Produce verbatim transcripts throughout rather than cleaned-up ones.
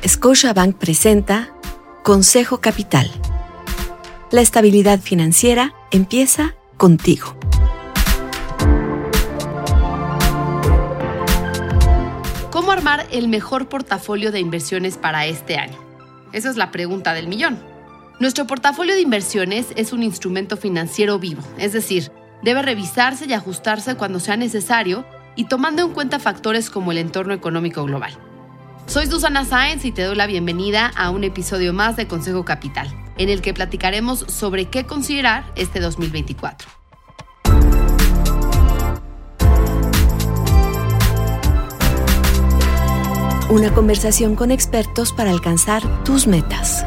Scotiabank presenta Consejo Capital. La estabilidad financiera empieza contigo. ¿Cómo armar el mejor portafolio de inversiones para este año? Esa es la pregunta del millón. Nuestro portafolio de inversiones es un instrumento financiero vivo, es decir, debe revisarse y ajustarse cuando sea necesario y tomando en cuenta factores como el entorno económico global. Soy Susana Sáenz y te doy la bienvenida a un episodio más de Consejo Capital, en el que platicaremos sobre qué considerar este dos mil veinticuatro. Una conversación con expertos para alcanzar tus metas.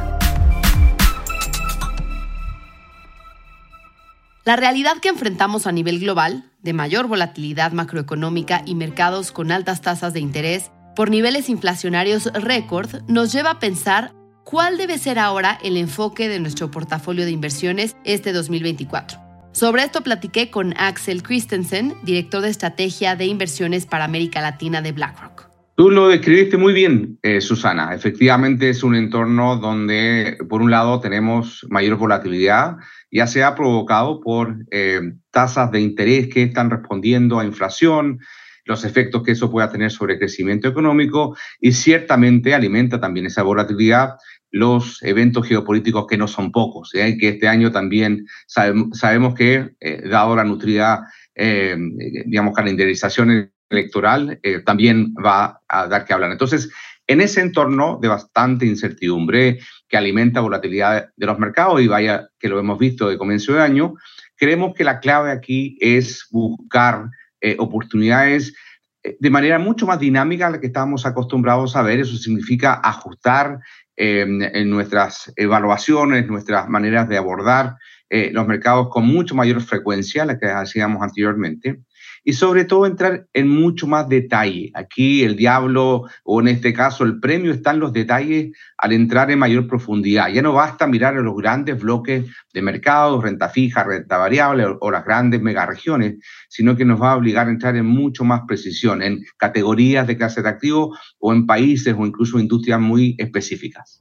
La realidad que enfrentamos a nivel global, de mayor volatilidad macroeconómica y mercados con altas tasas de interés, por niveles inflacionarios récord, nos lleva a pensar cuál debe ser ahora el enfoque de nuestro portafolio de inversiones este dos mil veinticuatro. Sobre esto platiqué con Axel Christensen, director de estrategia de inversiones para América Latina de BlackRock. Tú lo describiste muy bien, eh, Susana. Efectivamente es un entorno donde, por un lado, tenemos mayor volatilidad, ya sea provocado por eh, tasas de interés que están respondiendo a inflación, los efectos que eso pueda tener sobre el crecimiento económico, y ciertamente alimenta también esa volatilidad los eventos geopolíticos que no son pocos, ¿eh? Que este año también sabe, sabemos que, eh, dado la nutrida, eh, digamos, calendarización electoral, eh, también va a dar que hablar. Entonces, en ese entorno de bastante incertidumbre que alimenta volatilidad de los mercados, y vaya que lo hemos visto de comienzo de año, creemos que la clave aquí es buscar Eh, oportunidades eh, de manera mucho más dinámica a la que estábamos acostumbrados a ver. Eso significa ajustar eh, en nuestras evaluaciones, nuestras maneras de abordar eh, los mercados con mucho mayor frecuencia, la que hacíamos anteriormente, y sobre todo entrar en mucho más detalle. Aquí el diablo, o en este caso el premio, está en los detalles al entrar en mayor profundidad. Ya no basta mirar a los grandes bloques de mercados, renta fija, renta variable o, o las grandes megaregiones, sino que nos va a obligar a entrar en mucho más precisión, en categorías de clase de activos o en países o incluso industrias muy específicas.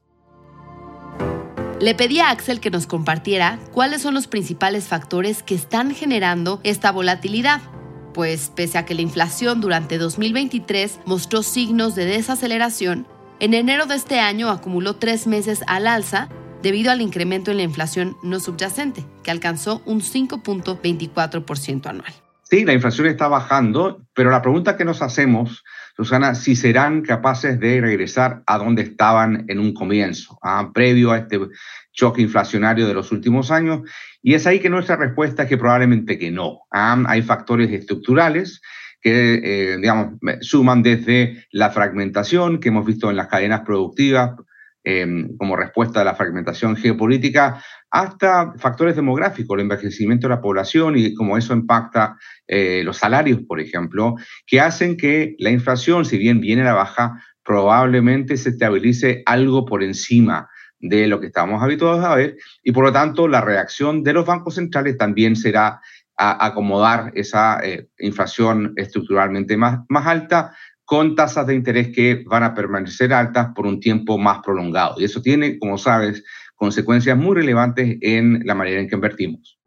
Le pedí a Axel que nos compartiera cuáles son los principales factores que están generando esta volatilidad. Pues pese a que la inflación durante dos mil veintitrés mostró signos de desaceleración, en enero de este año acumuló tres meses al alza debido al incremento en la inflación no subyacente, que alcanzó un cinco punto veinticuatro por ciento anual. Sí, la inflación está bajando, pero la pregunta que nos hacemos, Susana, si serán capaces de regresar a donde estaban en un comienzo, ah, previo a este choque inflacionario de los últimos años, y es ahí que nuestra respuesta es que probablemente que no. Ah, hay factores estructurales que, eh, digamos, suman desde la fragmentación que hemos visto en las cadenas productivas, eh, como respuesta a la fragmentación geopolítica, hasta factores demográficos, el envejecimiento de la población y cómo eso impacta eh, los salarios, por ejemplo, que hacen que la inflación, si bien viene a la baja, probablemente se estabilice algo por encima de lo que estamos habituados a ver, y por lo tanto la reacción de los bancos centrales también será a acomodar esa eh, inflación estructuralmente más, más alta, con tasas de interés que van a permanecer altas por un tiempo más prolongado. Y eso tiene, como sabes, consecuencias muy relevantes en la manera en que invertimos.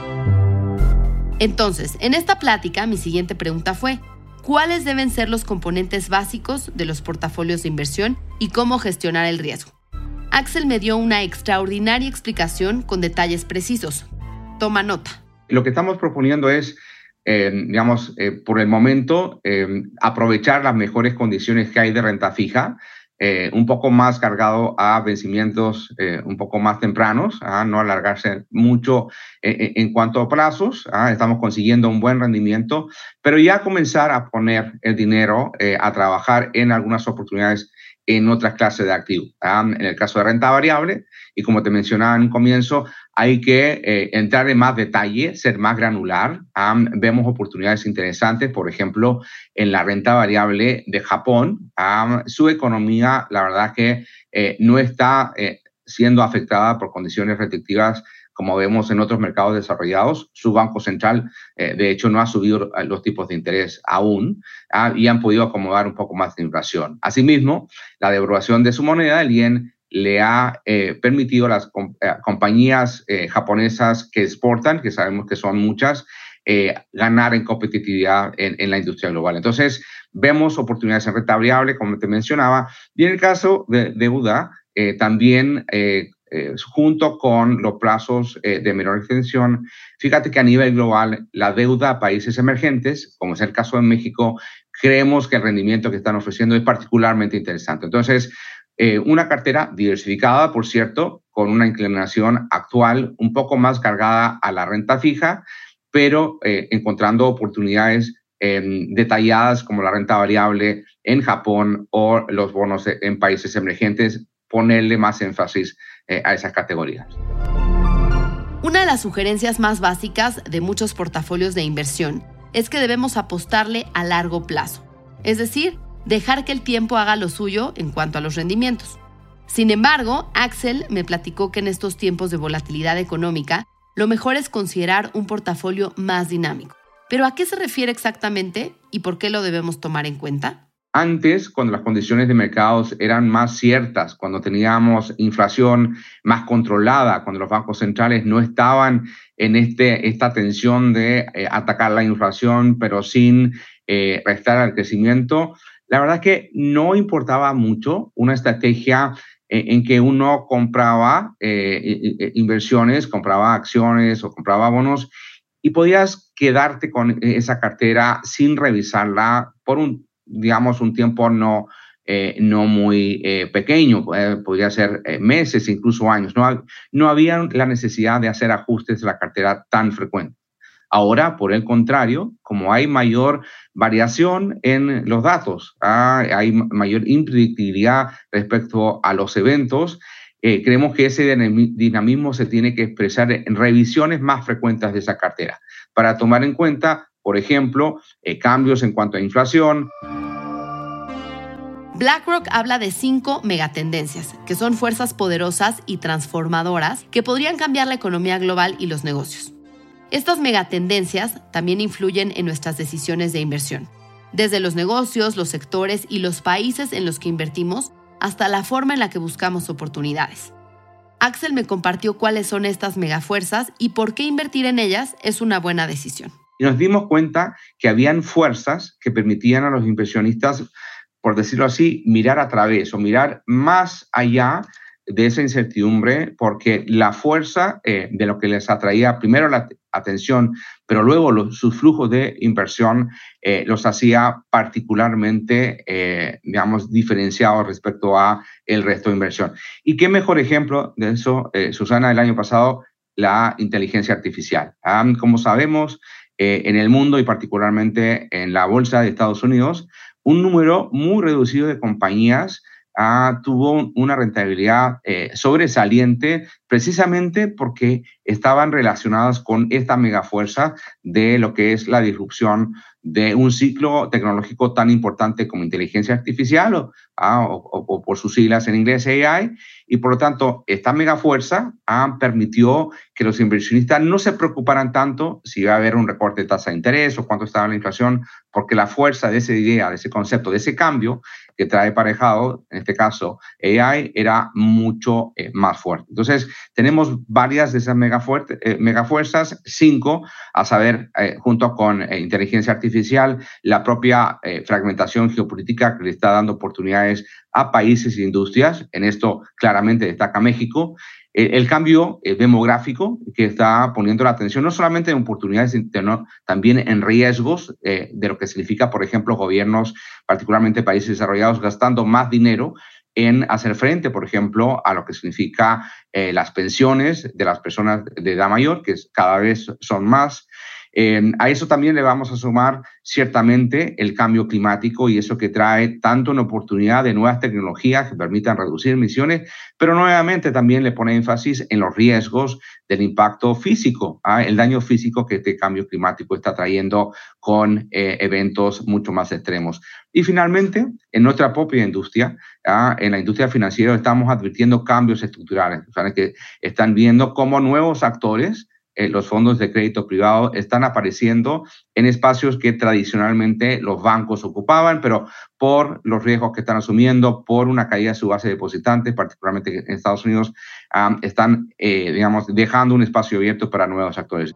Entonces, en esta plática, mi siguiente pregunta fue: ¿cuáles deben ser los componentes básicos de los portafolios de inversión y cómo gestionar el riesgo? Axel me dio una extraordinaria explicación con detalles precisos. Toma nota. Lo que estamos proponiendo es, eh, digamos, eh, por el momento, eh, aprovechar las mejores condiciones que hay de renta fija, eh, un poco más cargado a vencimientos eh, un poco más tempranos, ¿ah? No alargarse mucho en, en cuanto a plazos, ¿ah? Estamos consiguiendo un buen rendimiento, pero ya comenzar a poner el dinero eh, a trabajar en algunas oportunidades en otras clases de activos. ¿Ah? En el caso de renta variable, y como te mencionaba en un comienzo, hay que eh, entrar en más detalle, ser más granular. Um, vemos oportunidades interesantes, por ejemplo, en la renta variable de Japón. Um, su economía, la verdad que eh, no está eh, siendo afectada por condiciones restrictivas como vemos en otros mercados desarrollados, su Banco Central, eh, de hecho, no ha subido los tipos de interés aún ah, y han podido acomodar un poco más de inflación. Asimismo, la devaluación de su moneda, el yen, le ha eh, permitido a las com eh, compañías eh, japonesas que exportan, que sabemos que son muchas, eh, ganar en competitividad en, en la industria global. Entonces, vemos oportunidades en renta variable, como te mencionaba, y en el caso de deuda, eh, también eh, eh, junto con los plazos eh, de menor extensión, fíjate que a nivel global, la deuda a países emergentes, como es el caso de México, creemos que el rendimiento que están ofreciendo es particularmente interesante. Entonces, Eh, una cartera diversificada, por cierto, con una inclinación actual un poco más cargada a la renta fija, pero eh, encontrando oportunidades eh, detalladas como la renta variable en Japón o los bonos en países emergentes, ponerle más énfasis eh, a esas categorías. Una de las sugerencias más básicas de muchos portafolios de inversión es que debemos apostarle a largo plazo, es decir, dejar que el tiempo haga lo suyo en cuanto a los rendimientos. Sin embargo, Axel me platicó que en estos tiempos de volatilidad económica, lo mejor es considerar un portafolio más dinámico. ¿Pero a qué se refiere exactamente y por qué lo debemos tomar en cuenta? Antes, cuando las condiciones de mercados eran más ciertas, cuando teníamos inflación más controlada, cuando los bancos centrales no estaban en este, esta tensión de eh, atacar la inflación, pero sin eh, restar al crecimiento, la verdad es que no importaba mucho una estrategia en que uno compraba eh, inversiones, compraba acciones o compraba bonos y podías quedarte con esa cartera sin revisarla por un, digamos, un tiempo no, eh, no muy eh, pequeño, eh, podría ser eh, meses, incluso años. No, no había la necesidad de hacer ajustes de la cartera tan frecuente. Ahora, por el contrario, como hay mayor variación en los datos, ah, hay mayor impredictibilidad respecto a los eventos, eh, creemos que ese dinamismo se tiene que expresar en revisiones más frecuentes de esa cartera para tomar en cuenta, por ejemplo, eh, cambios en cuanto a inflación. BlackRock habla de cinco megatendencias, que son fuerzas poderosas y transformadoras que podrían cambiar la economía global y los negocios. Estas megatendencias también influyen en nuestras decisiones de inversión, desde los negocios, los sectores y los países en los que invertimos hasta la forma en la que buscamos oportunidades. Axel me compartió cuáles son estas megafuerzas y por qué invertir en ellas es una buena decisión. Y nos dimos cuenta que habían fuerzas que permitían a los inversionistas, por decirlo así, mirar a través o mirar más allá de esa incertidumbre, porque la fuerza eh, de lo que les atraía primero la atención, pero luego los, sus flujos de inversión eh, los hacía particularmente, eh, digamos, diferenciados respecto a el resto de inversión. ¿Y qué mejor ejemplo de eso, eh, Susana, el año pasado? La inteligencia artificial. Ah, como sabemos, eh, en el mundo y particularmente en la bolsa de Estados Unidos, un número muy reducido de compañías Ah, tuvo una rentabilidad eh, sobresaliente precisamente porque estaban relacionadas con esta megafuerza de lo que es la disrupción de un ciclo tecnológico tan importante como inteligencia artificial o, ah, o, o por sus siglas en inglés A I, y por lo tanto esta megafuerza ah, permitió que los inversionistas no se preocuparan tanto si iba a haber un recorte de tasa de interés o cuánto estaba la inflación, porque la fuerza de esa idea, de ese concepto, de ese cambio que trae aparejado, en este caso A I, era mucho eh, más fuerte. Entonces, tenemos varias de esas megafuerte, eh, megafuerzas, cinco, a saber, eh, junto con eh, inteligencia artificial, la propia eh, fragmentación geopolítica que le está dando oportunidades a países e industrias. En esto claramente destaca México. Eh, el cambio eh, demográfico que está poniendo la atención no solamente en oportunidades, sino también en riesgos eh, de lo que significa, por ejemplo, gobiernos, particularmente países desarrollados, gastando más dinero en hacer frente, por ejemplo, a lo que significa eh, las pensiones de las personas de edad mayor, que cada vez son más. Eh, a eso también le vamos a sumar ciertamente el cambio climático y eso que trae tanto una oportunidad de nuevas tecnologías que permitan reducir emisiones, pero nuevamente también le pone énfasis en los riesgos del impacto físico, ¿ah? el daño físico que este cambio climático está trayendo con eh, eventos mucho más extremos. Y finalmente, en nuestra propia industria, ¿ah? en la industria financiera, estamos advirtiendo cambios estructurales, o sea, que están viendo cómo nuevos actores, eh, los fondos de crédito privado, están apareciendo en espacios que tradicionalmente los bancos ocupaban, pero por los riesgos que están asumiendo, por una caída de su base de depositantes, particularmente en Estados Unidos, um, están, eh, digamos, dejando un espacio abierto para nuevos actores.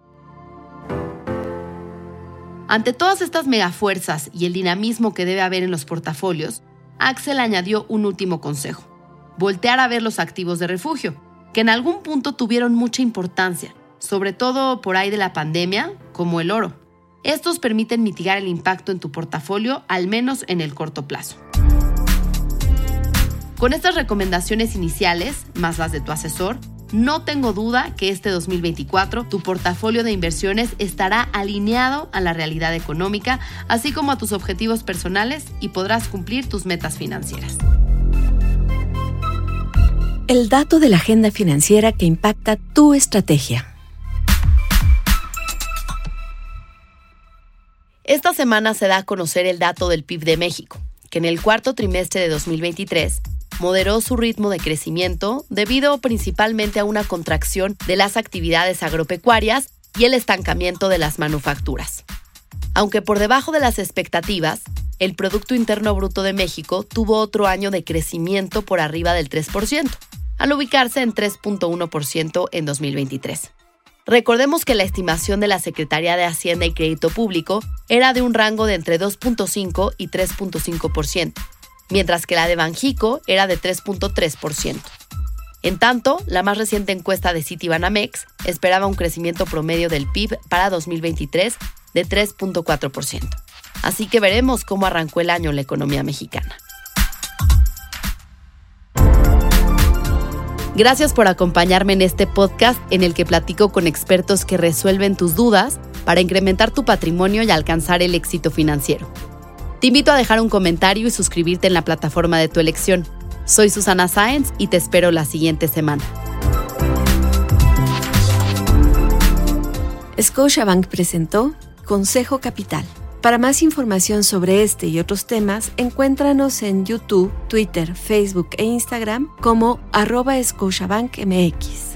Ante todas estas megafuerzas y el dinamismo que debe haber en los portafolios, Axel añadió un último consejo: voltear a ver los activos de refugio, que en algún punto tuvieron mucha importancia, sobre todo por ahí de la pandemia, como el oro. Estos permiten mitigar el impacto en tu portafolio, al menos en el corto plazo. Con estas recomendaciones iniciales, más las de tu asesor, no tengo duda que este dos mil veinticuatro tu portafolio de inversiones estará alineado a la realidad económica, así como a tus objetivos personales, y podrás cumplir tus metas financieras. El dato de la agenda financiera que impacta tu estrategia. Esta semana se da a conocer el dato del P I B de México, que en el cuarto trimestre de dos mil veintitrés moderó su ritmo de crecimiento debido principalmente a una contracción de las actividades agropecuarias y el estancamiento de las manufacturas. Aunque por debajo de las expectativas, el Producto Interno Bruto de México tuvo otro año de crecimiento por arriba del tres por ciento, al ubicarse en tres punto uno por ciento en dos mil veintitrés. Recordemos que la estimación de la Secretaría de Hacienda y Crédito Público era de un rango de entre dos punto cinco y tres punto cinco por ciento, mientras que la de Banjico era de tres punto tres por ciento. En tanto, la más reciente encuesta de Citibanamex esperaba un crecimiento promedio del P I B para dos mil veintitrés de tres punto cuatro por ciento. Así que veremos cómo arrancó el año la economía mexicana. Gracias por acompañarme en este podcast en el que platico con expertos que resuelven tus dudas para incrementar tu patrimonio y alcanzar el éxito financiero. Te invito a dejar un comentario y suscribirte en la plataforma de tu elección. Soy Susana Sáenz y te espero la siguiente semana. Scotiabank presentó Consejo Capital. Para más información sobre este y otros temas, encuéntranos en YouTube, Twitter, Facebook e Instagram como arroba Scotiabank M X.